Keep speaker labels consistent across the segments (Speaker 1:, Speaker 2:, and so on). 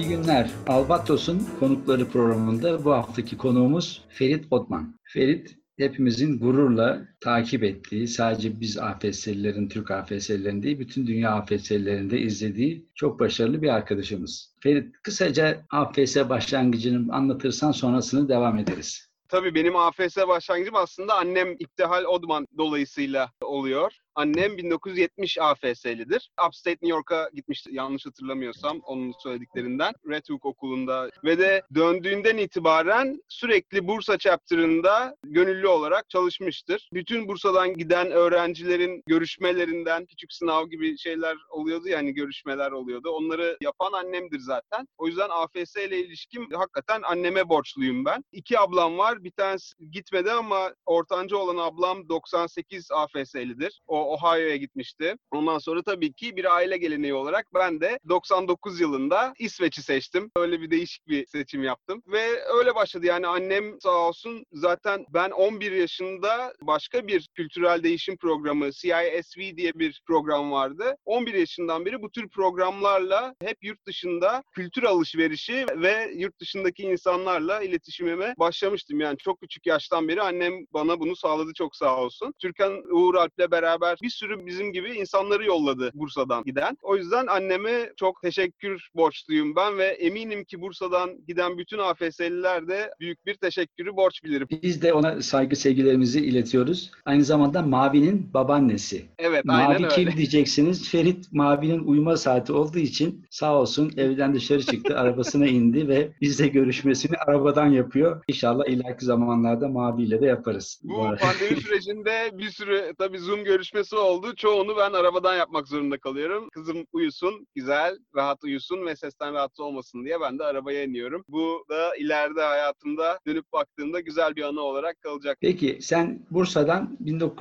Speaker 1: İyi günler. Albatros'un konukları programında bu haftaki konuğumuz Ferit Otman. Ferit, hepimizin gururla takip ettiği, sadece biz AFS'lilerin, Türk AFS'lilerin değil, bütün dünya AFS'lilerinde izlediği çok başarılı bir arkadaşımız. Ferit, kısaca AFS başlangıcını anlatırsan sonrasını devam ederiz.
Speaker 2: Tabii benim AFS başlangıcım aslında annem İptihal Odman dolayısıyla oluyor. Annem 1970 AFS'lidir. Upstate New York'a gitmişti yanlış hatırlamıyorsam onun söylediklerinden. Red Hook okulunda ve de döndüğünden itibaren sürekli Bursa chapter'ında gönüllü olarak çalışmıştır. Bütün Bursa'dan giden öğrencilerin görüşmelerinden küçük sınav gibi şeyler oluyordu yani görüşmeler oluyordu. Onları yapan annemdir zaten. O yüzden AFS ile ilişkim hakikaten anneme borçluyum ben. 2 ablam var. Bir tanesi gitmedi ama ortanca olan ablam 98 AFS'lidir. O Ohio'ya gitmişti. Ondan sonra tabii ki bir aile geleneği olarak ben de 99 yılında İsveç'i seçtim. Öyle bir değişik bir seçim yaptım. Ve öyle başladı. Yani annem sağ olsun zaten ben 11 yaşında başka bir kültürel değişim programı CISV diye bir program vardı. 11 yaşından beri bu tür programlarla hep yurt dışında kültür alışverişi ve yurt dışındaki insanlarla iletişimime başlamıştım. Yani çok küçük yaştan beri annem bana bunu sağladı çok sağ olsun. Türkan Uğur Alp'le beraber bir sürü bizim gibi insanları yolladı Bursa'dan giden. O yüzden anneme çok teşekkür borçluyum ben ve eminim ki Bursa'dan giden bütün AFS'liler de büyük bir teşekkürü borç bilirim.
Speaker 1: Biz de ona saygı sevgilerimizi iletiyoruz. Aynı zamanda Mavi'nin babaannesi.
Speaker 2: Evet,
Speaker 1: Mavi
Speaker 2: aynen
Speaker 1: kim
Speaker 2: öyle.
Speaker 1: diyeceksiniz? Ferit Mavi'nin uyuma saati olduğu için sağ olsun evden dışarı çıktı, arabasına indi ve bizle görüşmesini arabadan yapıyor. İnşallah ileriki zamanlarda Mavi ile de yaparız.
Speaker 2: Bu pandemi sürecinde bir sürü tabii Zoom görüşmesi oldu. Çoğunu ben arabadan yapmak zorunda kalıyorum. Kızım uyusun, güzel, rahat uyusun ve sesten rahatsız olmasın diye ben de arabaya iniyorum. Bu da ileride hayatımda dönüp baktığımda güzel bir anı olarak kalacak.
Speaker 1: Peki sen Bursa'dan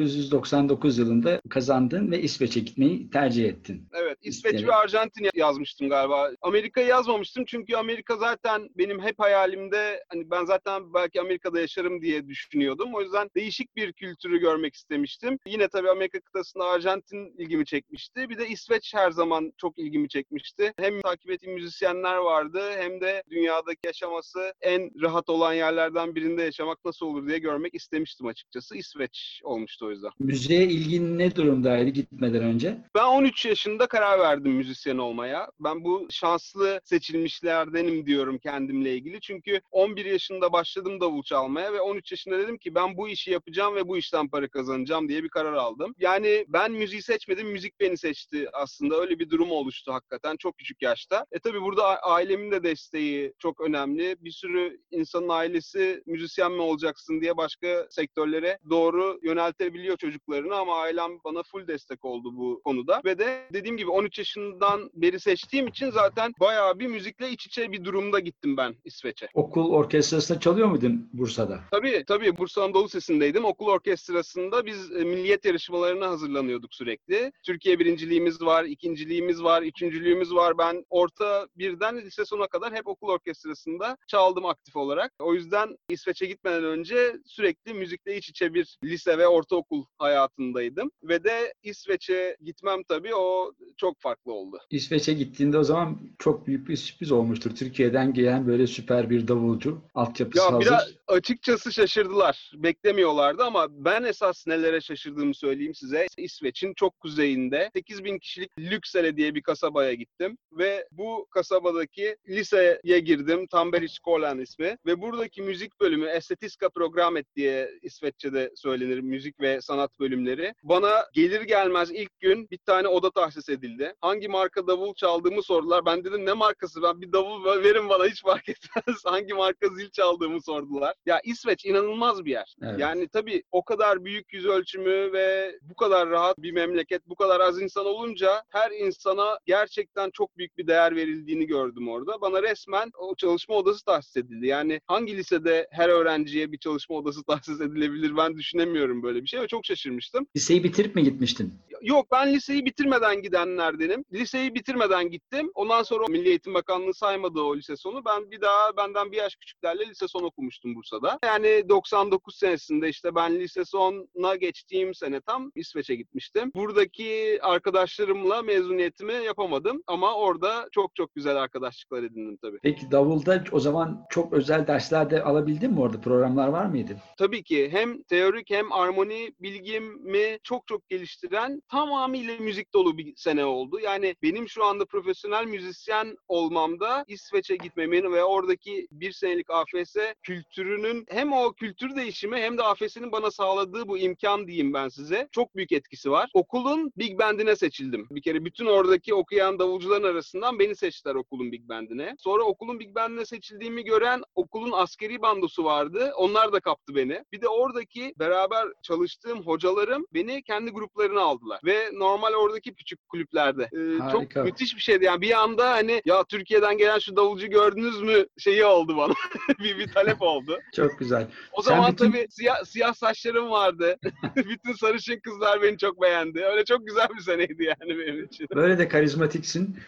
Speaker 1: 1999 yılında kazandın ve İsveç'e gitmeyi tercih ettin.
Speaker 2: Evet, İsveç
Speaker 1: İsteyerek.
Speaker 2: ve Arjantin yazmıştım galiba. Amerika'yı yazmamıştım çünkü Amerika zaten benim hep hayalimde, hani ben zaten belki Amerika'da yaşarım diye düşünüyordum. O yüzden değişik bir kültürü görmek istemiştim. Yine tabii Amerika kıtasında Arjantin ilgimi çekmişti. Bir de İsveç her zaman çok ilgimi çekmişti. Hem takip ettiğim müzisyenler vardı hem de dünyadaki yaşaması en rahat olan yerlerden birinde yaşamak nasıl olur diye görmek istemiştim açıkçası. İsveç olmuştu o yüzden.
Speaker 1: Müziğe ilgin ne durumdaydı gitmeden önce?
Speaker 2: Ben 13 yaşında karar verdim müzisyen olmaya. Ben bu şanslı seçilmişlerdenim diyorum kendimle ilgili. Çünkü 11 yaşında başladım davul çalmaya ve 13 yaşında dedim ki ben bu işi yapacağım ve bu işten para kazanacağım diye bir karar aldım. Yani ben müziği seçmedim, müzik beni seçti aslında. Öyle bir durum oluştu hakikaten çok küçük yaşta. Tabii burada ailemin de desteği çok önemli. Bir sürü insanın ailesi müzisyen mi olacaksın diye başka sektörlere doğru yöneltebiliyor çocuklarını ama ailem bana full destek oldu bu konuda. Ve de dediğim gibi 13 yaşından beri seçtiğim için zaten bayağı bir müzikle iç içe bir durumda gittim ben İsveç'e.
Speaker 1: Okul orkestrasında çalıyor muydun Bursa'da?
Speaker 2: Tabii Bursa Anadolu Sesi'ndeydim. Okul orkestrasında biz milliyet yarışmalarına hazırlanıyorduk sürekli. Türkiye birinciliğimiz var, ikinciliğimiz var, üçüncülüğümüz var. Ben orta birden lise sona kadar hep okul orkestrasında çaldım aktif olarak. O yüzden İsveç'e gitmeden önce sürekli müzikle iç içe bir lise ve ortaokul hayatındaydım. Ve de İsveç'e gitmem tabii o çok farklı oldu.
Speaker 1: İsveç'e gittiğinde o zaman çok büyük bir sürpriz olmuştur. Türkiye'den gelen böyle süper bir davulcu, altyapısı
Speaker 2: Ya biraz
Speaker 1: hazır.
Speaker 2: açıkçası şaşırdılar. Beklemiyorlardı ama ben esas nelere şaşırdığımı söyleyeyim size. İsveç'in çok kuzeyinde 8.000 kişilik Lycksele diye bir kasabaya gittim ve bu kasabadaki liseye girdim. Tambergskolan ismi ve buradaki müzik bölümü Estetiska Programmet diye İsveççe'de söylenir müzik ve sanat bölümleri. Bana gelir gelmez ilk gün bir tane oda tahsis edildi. Hangi marka davul çaldığımı sordular. Ben dedim ne markası? Ben bir davul verin bana hiç fark etmez. Hangi marka zil çaldığımı sordular. Ya İsveç inanılmaz bir yer.
Speaker 1: Evet.
Speaker 2: Yani tabii o kadar büyük yüz ölçümü ve bu kadar rahat bir memleket, bu kadar az insan olunca her insana gerçekten çok büyük bir değer verildiğini gördüm orada. Bana resmen o çalışma odası tahsis edildi. Yani hangi lisede her öğrenciye bir çalışma odası tahsis edilebilir ben düşünemiyorum böyle bir şey ve çok şaşırmıştım.
Speaker 1: Liseyi bitirip mi gitmiştin?
Speaker 2: Yok ben liseyi bitirmeden gidenlerdenim. Liseyi bitirmeden gittim. Ondan sonra Milli Eğitim Bakanlığı saymadı o lise sonu. Ben bir daha benden bir yaş küçüklerle lise son okumuştum Bursa'da. Yani 99 senesinde işte ben lise sona geçtiğim sene tam İsveç'e İsveç'e gitmiştim. Buradaki arkadaşlarımla mezuniyetimi yapamadım ama orada çok çok güzel arkadaşlıklar edindim tabii.
Speaker 1: Peki davulda o zaman çok özel dersler de alabildin mi orada? Programlar var mıydı?
Speaker 2: Tabii ki hem teorik hem armoni bilgimi çok çok geliştiren tamamıyla müzik dolu bir sene oldu. Yani benim şu anda profesyonel müzisyen olmamda İsveç'e gitmemin ve oradaki bir senelik AFS kültürünün hem o kültür değişimi hem de AFS'nin bana sağladığı bu imkan diyeyim ben size çok büyük etkisi var. Okulun Big Band'ine seçildim. Bir kere bütün oradaki okuyan davulcuların arasından beni seçtiler okulun Big Band'ine. Sonra okulun Big Band'ine seçildiğimi gören okulun askeri bandosu vardı. Onlar da kaptı beni. Bir de oradaki beraber çalıştığım hocalarım beni kendi gruplarına aldılar. Ve normal oradaki küçük kulüplerde. Çok
Speaker 1: Harika.
Speaker 2: müthiş bir şeydi. Yani bir anda hani ya Türkiye'den gelen şu davulcu gördünüz mü şeyi oldu bana. bir talep oldu.
Speaker 1: Çok güzel.
Speaker 2: O
Speaker 1: Sen
Speaker 2: zaman
Speaker 1: bütün-
Speaker 2: tabii siyah saçlarım vardı. Bütün sarışın kızlar beni çok beğendi. Öyle çok güzel bir seneydi yani benim için.
Speaker 1: Böyle de karizmatiksin.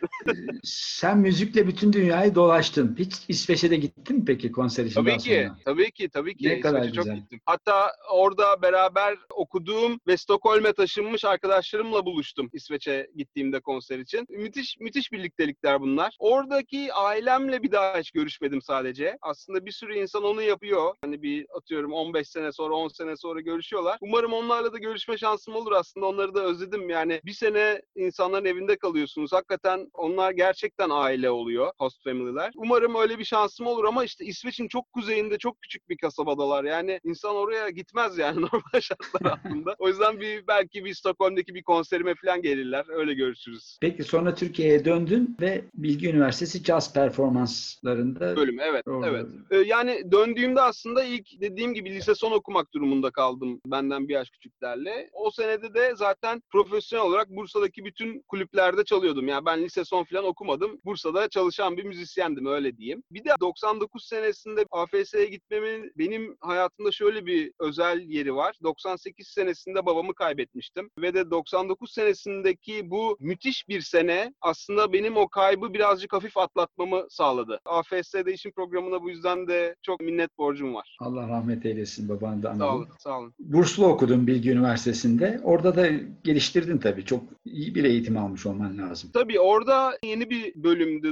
Speaker 1: Sen müzikle bütün dünyayı dolaştın. Hiç İsveç'e de gittin mi peki konser için daha
Speaker 2: Tabii ki,
Speaker 1: sonra?
Speaker 2: tabii ki.
Speaker 1: Ne kadar
Speaker 2: İsveç'e çok
Speaker 1: güzel.
Speaker 2: gittim. Hatta orada beraber okuduğum ve Stockholm'e taşınmış arkadaşlarımla buluştum İsveç'e gittiğimde konser için. Müthiş birliktelikler bunlar. Oradaki ailemle bir daha hiç görüşmedim sadece. Aslında bir sürü insan onu yapıyor. Hani bir atıyorum 15 sene sonra 10 sene sonra görüşüyorlar. Umarım onlarla da görüşme şansım olur. Aslında onları da özledim. Yani bir sene insanların evinde kalıyorsunuz. Hakikaten onlar gerçekten aile oluyor. Host family'ler. Umarım öyle bir şansım olur ama işte İsveç'in çok kuzeyinde çok küçük bir kasabadalar. Yani insan oraya gitmez yani normal şartlar altında. O yüzden belki bir Stockholm'daki bir konserime falan gelirler. Öyle görüşürüz.
Speaker 1: Peki sonra Türkiye'ye döndün ve Bilgi Üniversitesi caz performanslarında
Speaker 2: Bölüm evet.
Speaker 1: orada.
Speaker 2: Yani döndüğümde aslında ilk dediğim gibi lise son okumak durumunda kaldım benden bir yaş küçüklerle. O senede de zaten profesyonel olarak Bursa'daki bütün kulüplerde çalıyordum. Yani ben lise son falan okumadım. Bursa'da çalışan bir müzisyendim öyle diyeyim. Bir de 99 senesinde AFS'ye gitmemin benim hayatımda şöyle bir özel yeri var. 98 senesinde babamı kaybetmiştim ve de 99 senesindeki bu müthiş bir sene aslında benim o kaybı birazcık hafif atlatmamı sağladı. AFS Değişim Programı'na bu yüzden de çok minnet borcum var.
Speaker 1: Allah rahmet eylesin, babanı da
Speaker 2: Sağ
Speaker 1: analım.
Speaker 2: olun, sağ olun.
Speaker 1: Burslu okudun Bilgi Üniversitesi'nde. Orada da geliştirdin tabii. Çok iyi bir eğitim almış olman lazım.
Speaker 2: Tabii orada yeni bir bölümdü.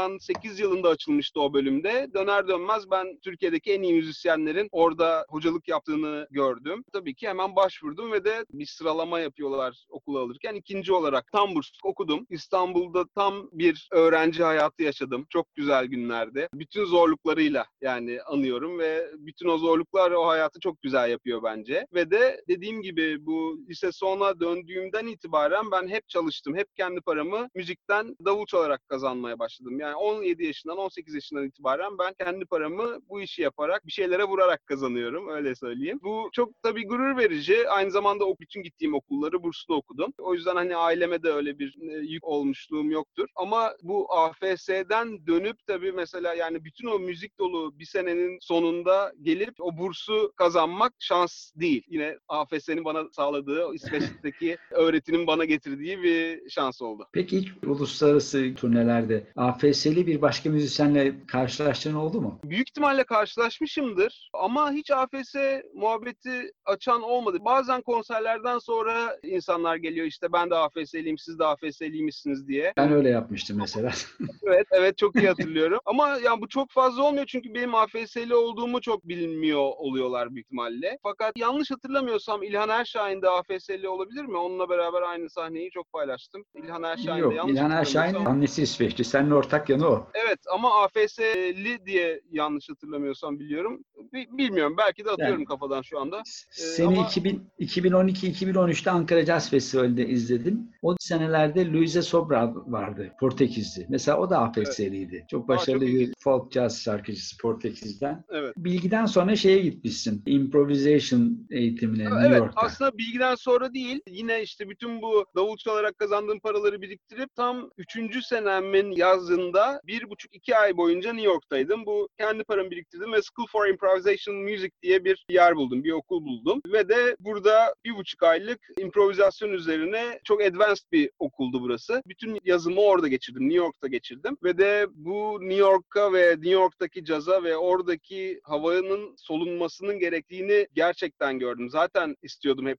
Speaker 2: 98 yılında açılmıştı o bölümde. Döner dönmez ben Türkiye'deki en iyi müzisyenlerin orada hocalık yaptığını gördüm. Tabii ki hemen başvurdum ve de bir sıralama yapıyorlar okula alırken. İkinci olarak tam burs okudum. İstanbul'da tam bir öğrenci hayatı yaşadım. Çok güzel günlerdi. Bütün zorluklarıyla yani anıyorum ve bütün o zorluklar o hayatı çok güzel yapıyor bence. Ve de dediğim gibi bu lise sona döndüğümden itibaren ben hep çalıştım. Hep kendi paramı müzikten davul çalarak kazanmaya başladım. Yani 17 yaşından 18 yaşından itibaren ben kendi paramı bu işi yaparak bir şeylere vurarak kazanıyorum öyle söyleyeyim. Bu çok tabii gurur verici. Aynı zamanda bütün gittiğim okulları burslu okudum. O yüzden hani aileme de öyle bir yük olmuşluğum yoktur. Ama bu AFS'den dönüp tabii mesela yani bütün o müzik dolu bir senenin sonunda gelip o bursu kazanmak şans değil. Yine AFS'nin bana sağladığı, o İsveç'teki öğretinin bana getirdiği bir şans oldu.
Speaker 1: Peki hiç uluslararası turnelerde AFS'li bir başka müzisyenle karşılaştığın oldu mu?
Speaker 2: Büyük ihtimalle karşılaşmışımdır ama hiç AFS muhabbeti açan olmadı. Bazen konserlerden sonra insanlar geliyor işte ben de AFS'liyim, siz de AFS'liymişsiniz diye.
Speaker 1: Ben öyle yapmıştım mesela.
Speaker 2: Evet çok iyi hatırlıyorum. Ama yani bu çok fazla olmuyor çünkü benim AFS'li olduğumu çok bilmiyor oluyorlar büyük ihtimalle. Fakat yanlış hatırlamıyorsam İlhan Erşahin de AFS'li olabilir mi? Onunla beraber aynı sahneyi çok paylaştım. İlhan Erşahin de
Speaker 1: Yok,
Speaker 2: yanlış
Speaker 1: İlhan
Speaker 2: hatırlamıyorsam.
Speaker 1: Erşahin'in annesi İsveçli. Seninle ortak yanı o.
Speaker 2: Evet ama AFS'li diye yanlış hatırlamıyorsam biliyorum. Bilmiyorum. Belki de atıyorum
Speaker 1: Yani
Speaker 2: kafadan şu anda.
Speaker 1: seni
Speaker 2: Ama
Speaker 1: 2012-2013'te Ankara Jazz Festivali'nde izledim. O senelerde Luise Sobral vardı, Portekizli. Mesela o da AFS'liydi. Çok başarılı
Speaker 2: çok
Speaker 1: bir
Speaker 2: ilginç.
Speaker 1: folk jazz şarkıcısı Portekiz'den.
Speaker 2: Evet.
Speaker 1: Bilgiden sonra şeye gitmişsin. Improvisation eğitimine New
Speaker 2: Evet,
Speaker 1: York'ta.
Speaker 2: aslında bilgiden sonra değil, yine işte bütün bu davul çalarak kazandığım paraları biriktirip tam 3. senemin yazında 1,5-2 ay boyunca New York'taydım. Bu kendi paramı biriktirdim ve School for Improvisation Music diye bir yer buldum, bir okul buldum. Ve de burada 1,5 aylık improvizasyon üzerine çok advanced bir okuldu burası. Bütün yazımı orada geçirdim, New York'ta geçirdim. Ve de bu New York'a ve New York'taki caza ve oradaki havanın solunmasının gerektiğini gerçekten gördüm. Zaten istiyordum hep New York'a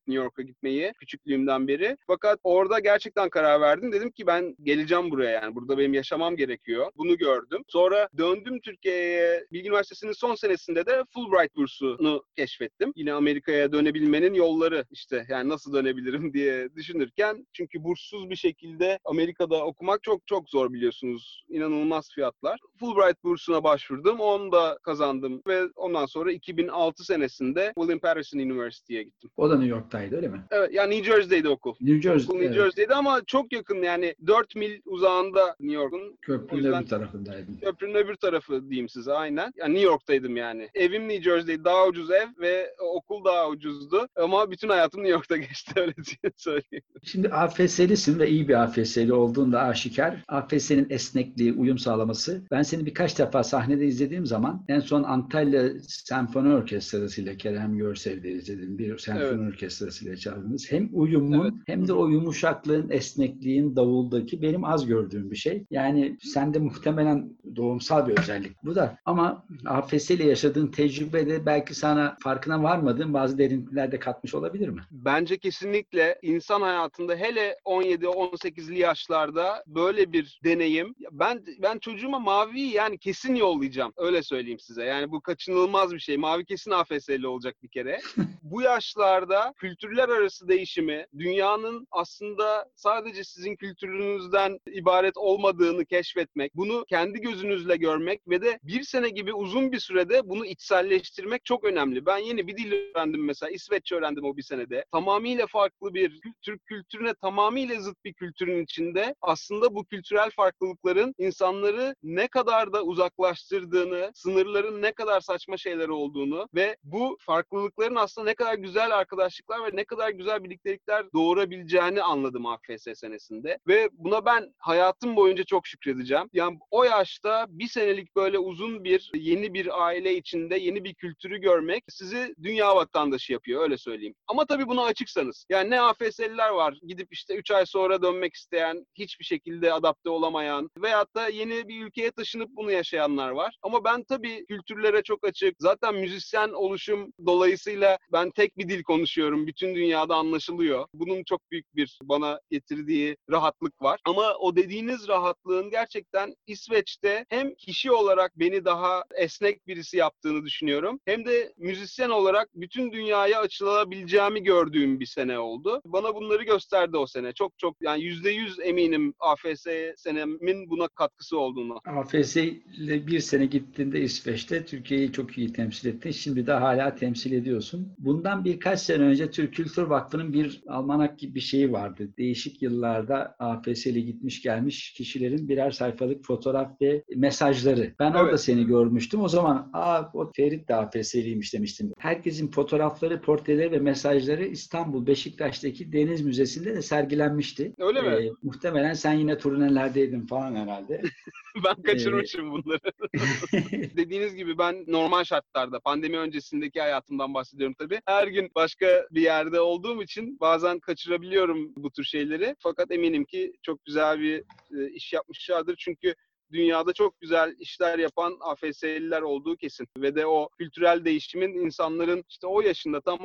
Speaker 2: gitmeyi küçüklüğümden beri. Fakat orada gerçekten karar verdim. Dedim ki ben geleceğim buraya yani. Burada benim yaşamam gerekiyor. Bunu gördüm. Sonra döndüm Türkiye'ye. Bilgi Üniversitesi'nin son senesinde de Fulbright bursunu keşfettim. Yine Amerika'ya dönebilmenin yolları işte yani nasıl dönebilirim diye düşünürken çünkü burssuz bir şekilde Amerika'da okumak çok çok zor biliyorsunuz. İnanılmaz fiyatlar. Fulbright bursuna başvurdum. Onu da kazandım ve ondan sonra 2006 senesinde William Patterson University'ye gittim.
Speaker 1: O da New York'taydı öyle mi?
Speaker 2: Evet yani New Jersey'deydi okul.
Speaker 1: New Jersey,
Speaker 2: Okul New
Speaker 1: evet.
Speaker 2: Jersey'deydi ama çok yakın yani 4 mil uzağında New York'un. O
Speaker 1: Köprünün
Speaker 2: yüzden
Speaker 1: öbür tarafındaydım.
Speaker 2: köprünün öbür tarafı diyeyim size aynen. Yani New York'taydım yani. Evim New Jersey'de daha ucuz ev ve okul daha ucuzdu. Ama bütün hayatım New York'ta geçti öyle söyleyeyim.
Speaker 1: Şimdi AFS'lisin ve iyi bir AFS'li olduğun da aşikar. AFS'nin esnekliği, uyum sağlaması. Ben seni birkaç defa sahnede izlediğim zaman en son Antalya Senfoni Orkestrası ile Kerem Görsel'de izledim. Bir senfoni orkestrası ile çaldınız. Hem uyumun hem de o yumuşaklığın, esnekliğin davuldaki benim az gördüğüm bir şey. Yani sende muhtemelen doğumsal bir özellik bu da. Ama AFS ile yaşadığın tecrübe de belki sana farkına varmadığın bazı derinlikler de katmış olabilir mi?
Speaker 2: Bence kesinlikle insan hayatında hele 17-18'li yaşlarda böyle bir deneyim. Ben çocuğuma mavi yani kesin yollayacağım. Öyle söyleyeyim size. Yani bu kaçınılmaz bir şey. Mavi kesin AFS'li olacak bir kere. Bu yaşlarda kültürler arası değişimi, dünyanın aslında sadece sizin kültürünüzden ibaret olmadığını keşfetmek, bunu kendi gözünüzle görmek ve de bir sene gibi uzun bir sürede bunu içselleştirmek çok önemli. Ben yeni bir dil öğrendim mesela. İsveççe öğrendim o bir senede. Tamamıyla farklı bir Türk kültürüne tamamıyla zıt bir kültürün içinde aslında bu kültürel farklılıkların insanları ne kadar da uzaklaştırdığını, sınırların ne kadar saçma şeyler olduğunu ve bu farklılıkların aslında ne kadar güzel arkadaşlıklar ve ne kadar güzel birliktelikler doğurabileceğini anladım AFS senesinde. Ve buna ben hayatım boyunca çok şükredeceğim. Yani o yaşta bir senelik böyle uzun bir, yeni bir aile içinde yeni bir kültürü görmek sizi dünya vatandaşı yapıyor öyle söyleyeyim. Ama tabii buna açıksanız. Yani ne AFS'liler var gidip işte 3 ay sonra dönmek isteyen, hiçbir şekilde adapte olamayan veyahut da yeni bir ülkeye taşınıp bunu yaşayanlar var. Ama ben tabii kültürlere çok açık. Zaten müzisyen oluşum dolayısıyla ben tek bir dil konuşuyorum. Bütün dünyada anlaşılıyor. Bunun çok büyük bir bana getirdiği rahatlık var. Ama o dediğiniz rahatlığın gerçekten İsveç'te hem kişi olarak beni daha esnek birisi yaptığını düşünüyorum. Hem de müzisyen olarak bütün dünyaya açılabileceğimi gördüğüm bir sene oldu. Bana bunları gösterdi o sene. Çok çok yani %100 eminim AFS senemin buna katkısı olduğunu.
Speaker 1: AFS ile bir sene gittiğinde İsveç'te Türkiye'yi çok iyi temsil ettin. Şimdi de hala temsil ediyorsun. Bundan birkaç sene önce Türk Kültür Vakfı'nın bir almanak gibi bir şeyi vardı. Değişik yıllarda AFS'li gitmiş gelmiş kişilerin birer sayfalık fotoğraf ve mesajları. Ben orada seni görmüştüm. O zaman o Ferit de AFS'liymiş demiştim. Herkesin fotoğrafları, portreleri ve mesajları İstanbul Beşiktaş'taki Deniz Müzesi'nde de sergilenmişti.
Speaker 2: Öyle mi?
Speaker 1: Muhtemelen sen yine turnelerdeydin falan herhalde.
Speaker 2: Ben kaçırmışım bunları. Dediğiniz gibi ben normal şartlarda, pandemi öncesindeki hayatımdan bahsediyorum tabii. Her gün başka bir yerde olduğum için bazen kaçırabiliyorum bu tür şeyleri. Fakat eminim ki çok güzel bir iş yapmışlardır. Çünkü dünyada çok güzel işler yapan AFS'liler olduğu kesin. Ve de o kültürel değişimin insanların işte o yaşında tam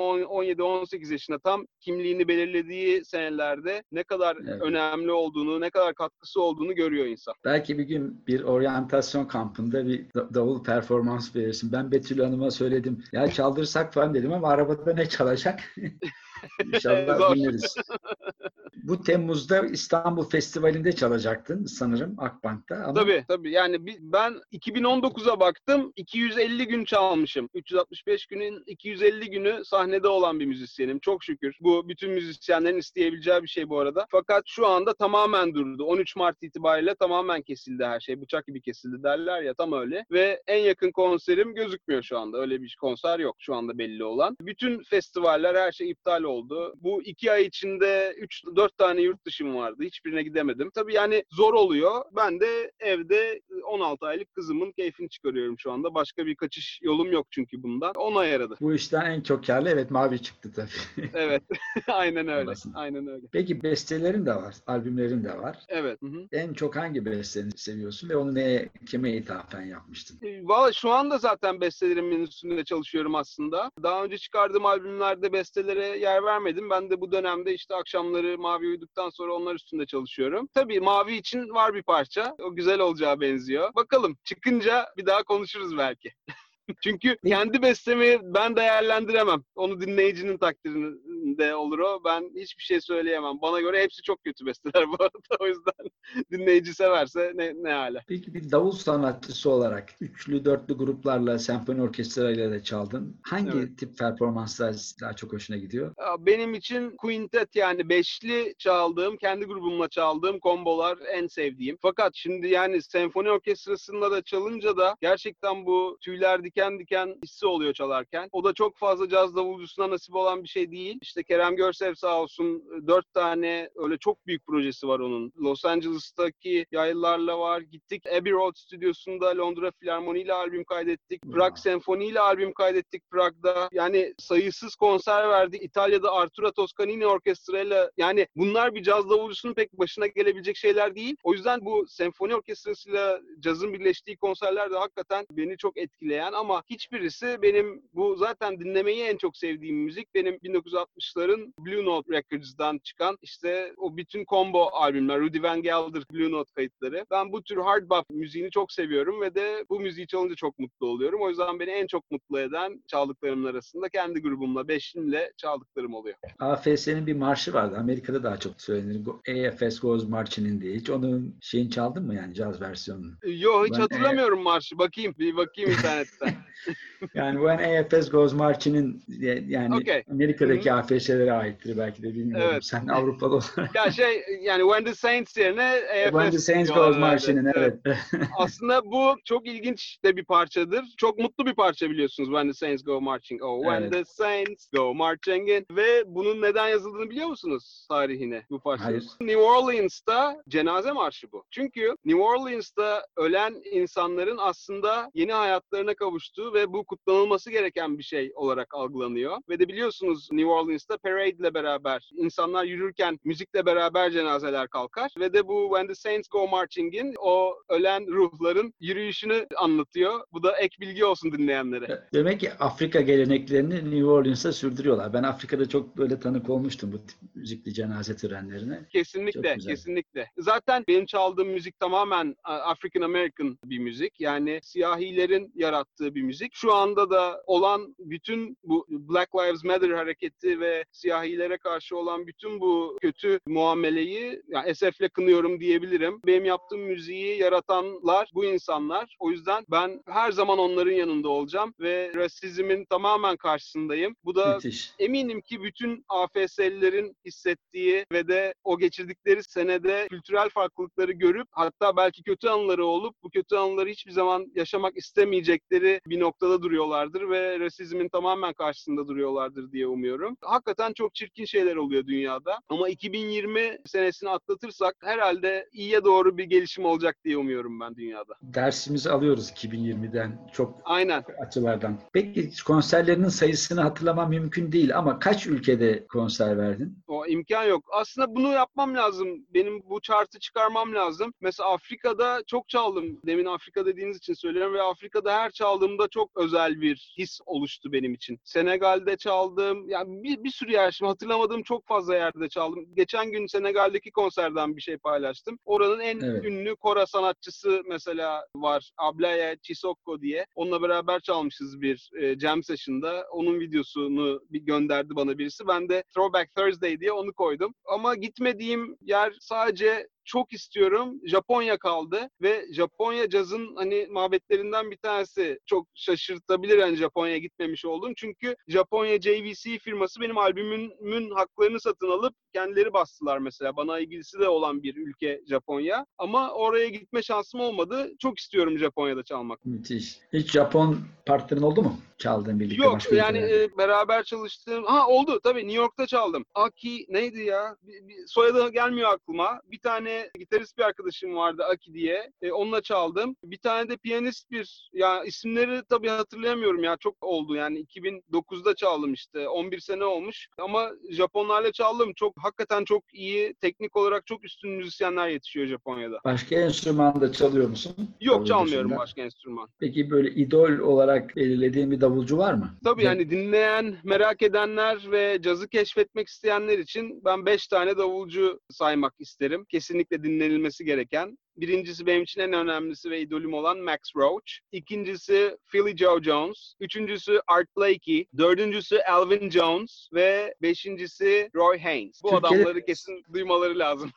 Speaker 2: 17-18 yaşında tam kimliğini belirlediği senelerde ne kadar önemli olduğunu, ne kadar katkısı olduğunu görüyor insan.
Speaker 1: Belki bir gün bir oryantasyon kampında bir davul performans verirsin. Ben Betül Hanım'a söyledim. Ya çaldırsak falan dedim ama arabada ne çalacak? İnşallah dinleriz. Bu Temmuz'da İstanbul Festivali'nde çalacaktın sanırım Akbank'ta. Ama...
Speaker 2: Tabii. Yani ben 2019'a baktım. 250 gün çalmışım. 365 günün 250 günü sahnede olan bir müzisyenim. Çok şükür. Bu bütün müzisyenlerin isteyebileceği bir şey bu arada. Fakat şu anda tamamen durdu. 13 Mart itibariyle tamamen kesildi her şey. Bıçak gibi kesildi derler ya tam öyle. Ve en yakın konserim gözükmüyor şu anda. Öyle bir konser yok şu anda belli olan. Bütün festivaller her şey iptal oldu. Bu 2 ay içinde 4 4 tane yurt dışım vardı. Hiçbirine gidemedim. Tabii yani zor oluyor. Ben de evde 16 aylık kızımın keyfini çıkarıyorum şu anda. Başka bir kaçış yolum yok çünkü bundan. Ona yaradı.
Speaker 1: Bu işten en çok karlı evet Mavi çıktı tabii.
Speaker 2: Evet. Aynen öyle.
Speaker 1: Babasının.
Speaker 2: Aynen öyle.
Speaker 1: Peki bestelerin de var, albümlerin de var.
Speaker 2: Evet. Hı hı.
Speaker 1: En çok hangi besteni seviyorsun ve onu kime ithafen yapmıştın?
Speaker 2: Valla şu anda zaten bestelerimin üstünde çalışıyorum aslında. Daha önce çıkardığım albümlerde bestelere yer vermedim. Ben de bu dönemde işte akşamları Mavi uyuduktan sonra onlar üstünde çalışıyorum. Tabii Mavi için var bir parça. O güzel olacağı benziyor. Bakalım çıkınca bir daha konuşuruz belki. Çünkü kendi bestemi ben değerlendiremem. Onu dinleyicinin takdirinde olur o. Ben hiçbir şey söyleyemem. Bana göre hepsi çok kötü besteler bu arada. O yüzden dinleyici severse ne hala.
Speaker 1: Peki bir davul sanatçısı olarak üçlü, dörtlü gruplarla, senfoni orkestrayla da çaldın. Hangi
Speaker 2: Evet.
Speaker 1: tip performanslar daha çok hoşuna gidiyor?
Speaker 2: Benim için quintet yani beşli çaldığım, kendi grubumla çaldığım kombolar en sevdiğim. Fakat şimdi yani senfoni orkestrasında da çalınca da gerçekten bu tüyler diken diken hissi oluyor çalarken. O da çok fazla caz davulcusuna nasip olan bir şey değil. İşte Kerem Görsev sağ olsun 4 tane öyle çok büyük projesi var onun. Los Angeles'taki yaylılarla var. Gittik Abbey Road stüdyosunda Londra Filarmoni ile albüm kaydettik. Prag Senfoni ile albüm kaydettik Prag'da. Yani sayısız konser verdi. İtalya'da Arturo Toscanini orkestrayla yani bunlar bir caz davulcusunun pek başına gelebilecek şeyler değil. O yüzden bu senfoni orkestrasıyla cazın birleştiği konserler de hakikaten beni çok etkileyen ama hiçbirisi benim bu zaten dinlemeyi en çok sevdiğim müzik benim 1960'ların Blue Note Records'dan çıkan işte o bütün combo albümler, Rudy Van Gelder Blue Note kayıtları. Ben bu tür hard bop müziğini çok seviyorum ve de bu müziği çalınca çok mutlu oluyorum. O yüzden beni en çok mutlu eden çaldıklarımın arasında kendi grubumla, beşlimle çaldıklarım oluyor.
Speaker 1: AFS'nin bir marşı vardı. Amerika'da daha çok söylenir. AFS Goes Marching In diye. Hiç onun şeyini çaldın mı yani caz versiyonunu?
Speaker 2: Yo hiç
Speaker 1: Ben
Speaker 2: hatırlamıyorum marşı. Bir bakayım internetten.
Speaker 1: Yani When AFS Goes Marching In yani
Speaker 2: Okay.
Speaker 1: Amerika'daki AFS'lere aittir belki de bilmiyorum.
Speaker 2: Evet.
Speaker 1: Sen Avrupalı olarak.
Speaker 2: Ya yani When the Saints yerine
Speaker 1: When the
Speaker 2: AFS
Speaker 1: Saints
Speaker 2: diyorlar
Speaker 1: Goes
Speaker 2: herhalde.
Speaker 1: Marching In evet.
Speaker 2: Aslında bu çok ilginç de bir parçadır. Çok mutlu bir parça biliyorsunuz. When the Saints Go Marching. Oh, when
Speaker 1: Evet.
Speaker 2: the Saints Go Marching In. Ve bunun neden yazıldığını biliyor musunuz tarihine bu parçanın?
Speaker 1: Hayır.
Speaker 2: New Orleans'ta cenaze marşı bu. Çünkü New Orleans'ta ölen insanların aslında yeni hayatlarına kavuştuğu ve bu kutlanılması gereken bir şey olarak algılanıyor. Ve de biliyorsunuz New Orleans'ta parade ile beraber insanlar yürürken müzikle beraber cenazeler kalkar. Ve de bu When the Saints Go Marching In o ölen ruhların yürüyüşünü anlatıyor. Bu da ek bilgi olsun dinleyenlere.
Speaker 1: Demek ki Afrika geleneklerini New Orleans'ta sürdürüyorlar. Ben Afrika'da çok böyle tanık olmuştum bu tip müzikli cenaze törenlerine.
Speaker 2: Kesinlikle, kesinlikle. Zaten benim çaldığım müzik tamamen African American bir müzik. Yani siyahilerin yarattığı bir müzik. Şu anda da olan bütün bu Black Lives Matter hareketi ve siyahilere karşı olan bütün bu kötü muameleyi yani esefle kınıyorum diyebilirim. Benim yaptığım müziği yaratanlar bu insanlar. O yüzden ben her zaman onların yanında olacağım ve rasizmin tamamen karşısındayım. Bu da
Speaker 1: Müthiş.
Speaker 2: eminim ki bütün AFS'lilerin hissettiği ve de o geçirdikleri senede kültürel farklılıkları görüp hatta belki kötü anıları olup bu kötü anıları hiçbir zaman yaşamak istemeyecekleri bir noktada duruyorlardır ve rasizmin tamamen karşısında duruyorlardır diye umuyorum. Hakikaten çok çirkin şeyler oluyor dünyada ama 2020 senesini atlatırsak herhalde iyiye doğru bir gelişim olacak diye umuyorum ben dünyada.
Speaker 1: Dersimizi alıyoruz 2020'den çok
Speaker 2: Aynen.
Speaker 1: açılardan. Peki konserlerinin sayısını hatırlamam mümkün değil ama kaç ülkede konser verdin?
Speaker 2: O imkan yok. Aslında bunu yapmam lazım. Benim bu chart'ı çıkarmam lazım. Mesela Afrika'da çok çaldım. Demin Afrika dediğiniz için söylüyorum ve Afrika'da her çaldığımda çok özel bir his oluştu benim için. Senegal'de çaldım. Yani bir sürü yer. Şimdi hatırlamadığım çok fazla yerde çaldım. Geçen gün Senegal'deki konserden bir şey paylaştım. Oranın en ünlü kora sanatçısı mesela var. Ablaya Chisoko diye. Onunla beraber çalmışız bir jam session'da. Onun videosunu bir gönderdi bana birisi. Ben de Throwback Thursday diye onu koydum. Ama gitmediğim yer sadece çok istiyorum. Japonya kaldı ve Japonya cazın hani mabetlerinden bir tanesi. Çok şaşırtabilir hani Japonya'ya gitmemiş oldum. Çünkü Japonya JVC firması benim albümümün haklarını satın alıp kendileri bastılar mesela. Bana ilgisi de olan bir ülke Japonya. Ama oraya gitme şansım olmadı. Çok istiyorum Japonya'da çalmak.
Speaker 1: Müthiş. Hiç Japon partnerin oldu mu? Çaldığın birlikte
Speaker 2: Yok
Speaker 1: başka
Speaker 2: yani
Speaker 1: ülkelerde.
Speaker 2: beraber çalıştığım... oldu tabii, New York'ta çaldım. Aki neydi ya? Bir soyadı gelmiyor aklıma. Bir tane gitarist bir arkadaşım vardı Aki diye. Onunla çaldım. Bir tane de piyanist ya isimleri tabii hatırlayamıyorum ya. Çok oldu yani 2009'da çaldım işte. 11 sene olmuş. Ama Japonlarla çaldım. Hakikaten çok iyi, teknik olarak çok üstün müzisyenler yetişiyor Japonya'da.
Speaker 1: Başka enstrüman da çalıyor musun?
Speaker 2: Yok,
Speaker 1: Davul
Speaker 2: çalmıyorum
Speaker 1: dışında.
Speaker 2: başka enstrüman.
Speaker 1: Peki böyle idol olarak belirlediğin bir davulcu var mı?
Speaker 2: Tabii yani dinleyen, merak edenler ve cazı keşfetmek isteyenler için ben 5 tane davulcu saymak isterim. Kesinlikle dinlenilmesi gereken. Birincisi benim için en önemlisi ve idolüm olan Max Roach. İkincisi Philly Joe Jones. Üçüncüsü Art Blakey. Dördüncüsü Elvin Jones. Ve beşincisi Roy Haynes. Bu
Speaker 1: Türkiye'de
Speaker 2: adamları kesin duymaları lazım.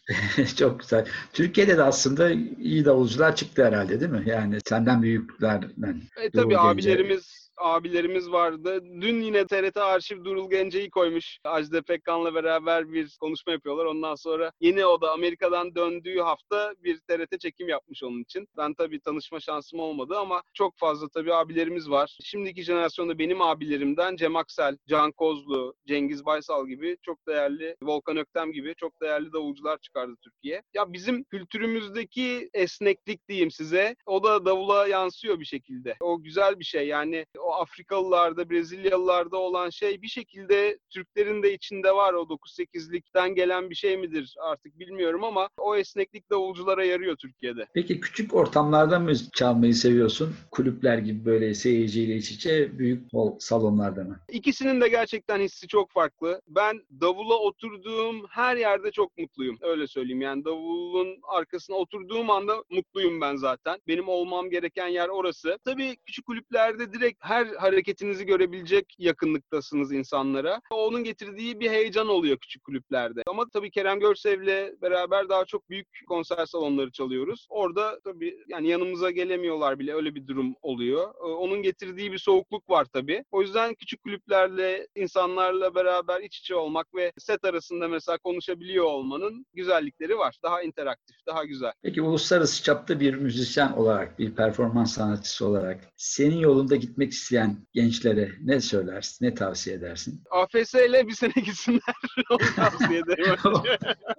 Speaker 1: çok güzel. Türkiye'de de aslında iyi davulcular çıktı herhalde, değil mi? Yani senden büyüklerden
Speaker 2: Tabii
Speaker 1: Durul Gence.
Speaker 2: abilerimiz vardı. Dün yine TRT Arşiv Durul Gence'yi koymuş. Ajda Pekkan'la beraber bir konuşma yapıyorlar. Ondan sonra yine o da Amerika'dan döndüğü hafta bir TRT çekim yapmış onun için. Ben tabii tanışma şansım olmadı ama çok fazla tabii abilerimiz var. Şimdiki jenerasyonda benim abilerimden Cem Aksel, Can Kozlu, Cengiz Baysal gibi çok değerli, Volkan Öktem gibi çok değerli davulcular çıkardı Türkiye. Ya bizim kültürümüzdeki esneklik diyeyim size, o da davula yansıyor bir şekilde. O güzel bir şey yani. O Afrikalılarda, Brezilyalılarda olan şey bir şekilde Türklerin de içinde var. O 9-8'likten gelen bir şey midir artık bilmiyorum ama o esneklik davulculara yarıyor Türkiye'de.
Speaker 1: Peki küçük ortamlarda mı çalmayı seviyorsun? Kulüpler gibi böyle seyirciyle iç içe, büyük salonlarda mı?
Speaker 2: İkisinin de gerçekten hissi çok farklı. Ben davula oturduğum her yerde çok mutluyum. Öyle söyleyeyim yani davulun arkasına oturduğum anda mutluyum ben zaten. Benim olmam gereken yer orası. Tabii küçük kulüplerde direkt her hareketinizi görebilecek yakınlıktasınız insanlara. Onun getirdiği bir heyecan oluyor küçük kulüplerde. Ama tabii Kerem Görsev'le beraber daha çok büyük konser salonları çalıyoruz. Orada tabii yani yanımıza gelemiyorlar bile, öyle bir durum oluyor. Onun getirdiği bir soğukluk var tabii. O yüzden küçük kulüplerle, insanlarla beraber iç içe olmak ve set arasında mesela konuşabiliyor olmanın güzellikleri var. Daha interaktif, daha güzel.
Speaker 1: Peki uluslararası çapta bir müzisyen olarak, bir performans sanatçısı olarak senin yolunda gitmek isteyen gençlere ne söylersin, ne tavsiye edersin?
Speaker 2: AFS ile bir sene gitsinler. Onu tavsiye ederim önce.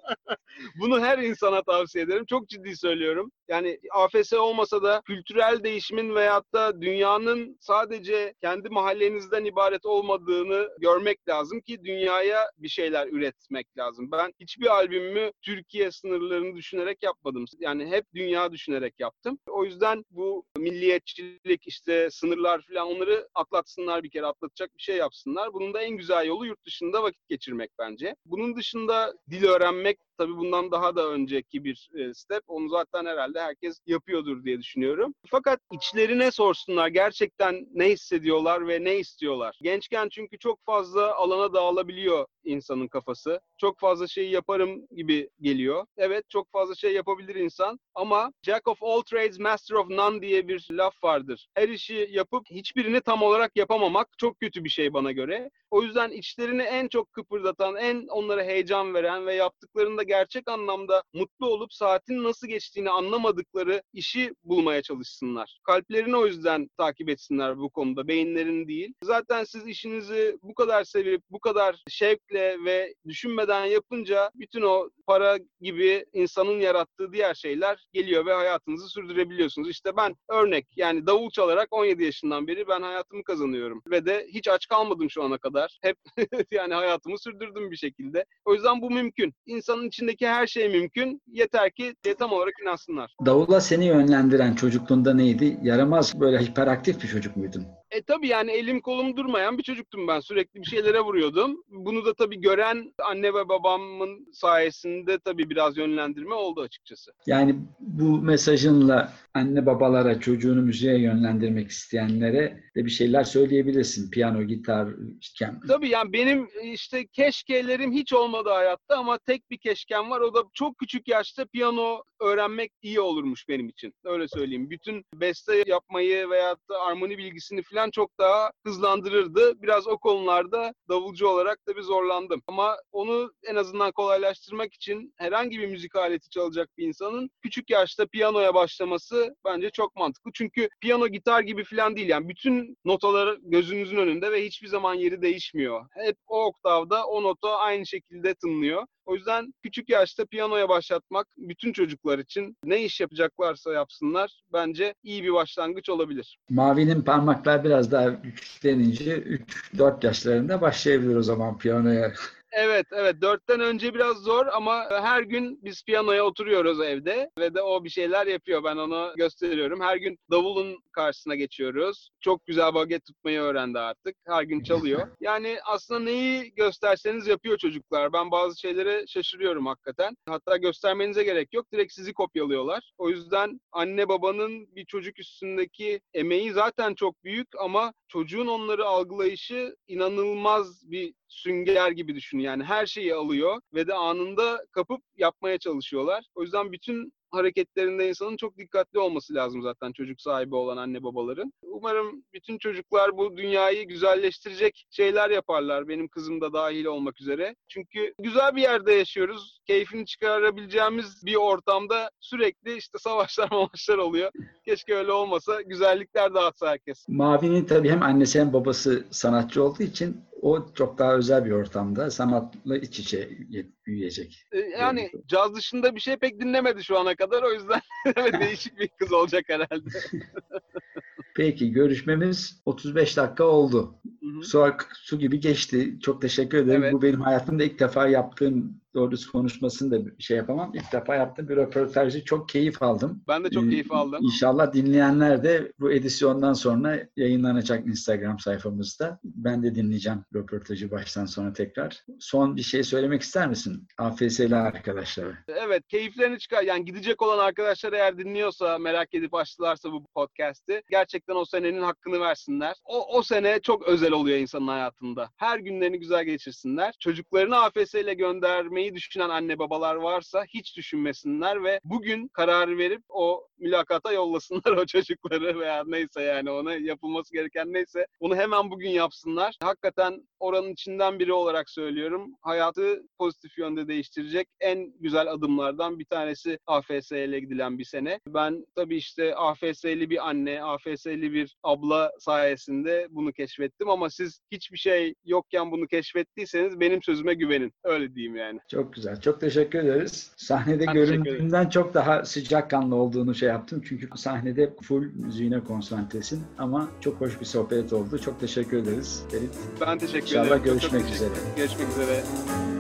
Speaker 2: Bunu her insana tavsiye ederim. Çok ciddi söylüyorum. Yani AFS olmasa da kültürel değişimin veyahut da dünyanın sadece kendi mahallenizden ibaret olmadığını görmek lazım ki dünyaya bir şeyler üretmek lazım. Ben hiçbir albümümü Türkiye sınırlarını düşünerek yapmadım. Yani hep dünya düşünerek yaptım. O yüzden bu milliyetçilik, işte sınırlar falan, onları atlatsınlar bir kere, atlatacak bir şey yapsınlar. Bunun da en güzel yolu yurt dışında vakit geçirmek bence. Bunun dışında dil öğrenmek tabii bundan daha da önceki bir step. Onu zaten herhalde herkes yapıyordur diye düşünüyorum. Fakat içlerine sorsunlar gerçekten ne hissediyorlar ve ne istiyorlar. Gençken çünkü çok fazla alana dağılabiliyor insanın kafası. Çok fazla şeyi yaparım gibi geliyor. Evet, çok fazla şey yapabilir insan ama Jack of all trades, master of none diye bir laf vardır. Her işi yapıp hiçbirini tam olarak yapamamak çok kötü bir şey bana göre. O yüzden içlerini en çok kıpırdatan, en onlara heyecan veren ve yaptıklarında gerçek anlamda mutlu olup saatin nasıl geçtiğini anlamadıkları işi bulmaya çalışsınlar. Kalplerini o yüzden takip etsinler bu konuda, beyinlerini değil. Zaten siz işinizi bu kadar sevip, bu kadar şevkle ve düşünmeden yapınca bütün o para gibi insanın yarattığı diğer şeyler geliyor ve hayatınızı sürdürebiliyorsunuz. İşte ben örnek, yani davul çalarak 17 yaşından beri ben hayatımı kazanıyorum ve de hiç aç kalmadım şu ana kadar. Hep yani hayatımı sürdürdüm bir şekilde. O yüzden bu mümkün. İnsanın içindeki her şey mümkün. Yeter ki tam olarak inansınlar.
Speaker 1: Davula seni yönlendiren çocukluğunda neydi? Yaramaz, böyle hiperaktif bir çocuk muydun?
Speaker 2: Tabii yani elim kolum durmayan bir çocuktum ben. Sürekli bir şeylere vuruyordum. Bunu da tabii gören anne ve babamın sayesinde tabii biraz yönlendirme oldu açıkçası.
Speaker 1: Yani bu mesajınla anne babalara çocuğunu müziğe yönlendirmek isteyenlere de bir şeyler söyleyebilirsin. Piyano, gitar,
Speaker 2: Tabii yani benim işte keşkelerim hiç olmadı hayatta ama tek bir keşkem var. O da çok küçük yaşta piyano öğrenmek iyi olurmuş benim için. Öyle söyleyeyim. Bütün beste yapmayı veyahut da armoni bilgisini falan çok daha hızlandırırdı. Biraz o konularda davulcu olarak da bir zorlandım. Ama onu en azından kolaylaştırmak için herhangi bir müzik aleti çalacak bir insanın küçük yaşta piyanoya başlaması bence çok mantıklı. Çünkü piyano gitar gibi falan değil. Yani bütün notalar gözünüzün önünde ve hiçbir zaman yeri değişmiyor. Hep o oktavda o nota aynı şekilde tınlıyor. O yüzden küçük yaşta piyanoya başlatmak bütün çocuklar için ne iş yapacaklarsa yapsınlar bence iyi bir başlangıç olabilir.
Speaker 1: Mavi'nin parmaklar biraz daha güçlenince 3-4 yaşlarında başlayabilir o zaman piyanoya.
Speaker 2: Evet, 4'ten önce biraz zor ama her gün biz piyanoya oturuyoruz evde ve de o bir şeyler yapıyor. Ben ona gösteriyorum. Her gün davulun karşısına geçiyoruz. Çok güzel baget tutmayı öğrendi artık. Her gün çalıyor. Yani aslında neyi gösterseniz yapıyor çocuklar. Ben bazı şeylere şaşırıyorum hakikaten. Hatta göstermenize gerek yok. Direkt sizi kopyalıyorlar. O yüzden anne babanın bir çocuk üstündeki emeği zaten çok büyük ama çocuğun onları algılayışı inanılmaz bir sünger gibi düşünün. Yani her şeyi alıyor ve de anında kapıp yapmaya çalışıyorlar. O yüzden bütün hareketlerinde insanın çok dikkatli olması lazım zaten çocuk sahibi olan anne babaların. Umarım bütün çocuklar bu dünyayı güzelleştirecek şeyler yaparlar. Benim kızım da dahil olmak üzere. Çünkü güzel bir yerde yaşıyoruz. Keyfini çıkarabileceğimiz bir ortamda sürekli işte savaşlar oluyor. Keşke öyle olmasa. Güzellikler dağıtsa herkes.
Speaker 1: Mavi'nin tabii hem annesi hem babası sanatçı olduğu için o çok daha özel bir ortamda sanatla iç içe büyüyecek.
Speaker 2: Yani caz dışında bir şey pek dinlemedi şu ana kadar. O yüzden değişik bir kız olacak herhalde.
Speaker 1: Peki görüşmemiz 35 dakika oldu. Su gibi geçti. Çok teşekkür ederim.
Speaker 2: Evet.
Speaker 1: Bu benim hayatımda ilk defa yaptığım, doğrusu konuşmasını da bir şey yapamam. İlk defa yaptığım bir röportajı çok keyif aldım.
Speaker 2: Ben de çok keyif aldım.
Speaker 1: İnşallah dinleyenler de bu edisyondan sonra yayınlanacak Instagram sayfamızda. Ben de dinleyeceğim röportajı baştan sona tekrar. Son bir şey söylemek ister misin AFS'li arkadaşlara?
Speaker 2: Evet, keyiflerini çıkar. Yani gidecek olan arkadaşlar eğer dinliyorsa, merak edip açtılarsa bu podcast'i, gerçekten o senenin hakkını versinler. O sene çok özel oluyor insanın hayatında. Her günlerini güzel geçirsinler. Çocuklarını AFS ile göndermeyi düşünen anne babalar varsa hiç düşünmesinler ve bugün karar verip o mülakata yollasınlar o çocukları veya neyse yani ona yapılması gereken neyse onu hemen bugün yapsınlar. Hakikaten oranın içinden biri olarak söylüyorum. Hayatı pozitif yönde değiştirecek en güzel adımlardan bir tanesi AFS ile gidilen bir sene. Ben tabii işte AFS'li bir anne, AFS'li bir abla sayesinde bunu keşfettim ama siz hiçbir şey yokken bunu keşfettiyseniz benim sözüme güvenin. Öyle diyeyim yani.
Speaker 1: Çok güzel. Çok teşekkür ederiz. Sahnede
Speaker 2: Ben
Speaker 1: göründüğünden çok daha sıcakkanlı olduğunu yaptım. Çünkü sahnede full müziğine konsantresin. Ama çok hoş bir sohbet oldu. Çok teşekkür ederiz Ferit.
Speaker 2: Ben teşekkür ederim.
Speaker 1: İnşallah görüşmek üzere.
Speaker 2: Görüşmek üzere.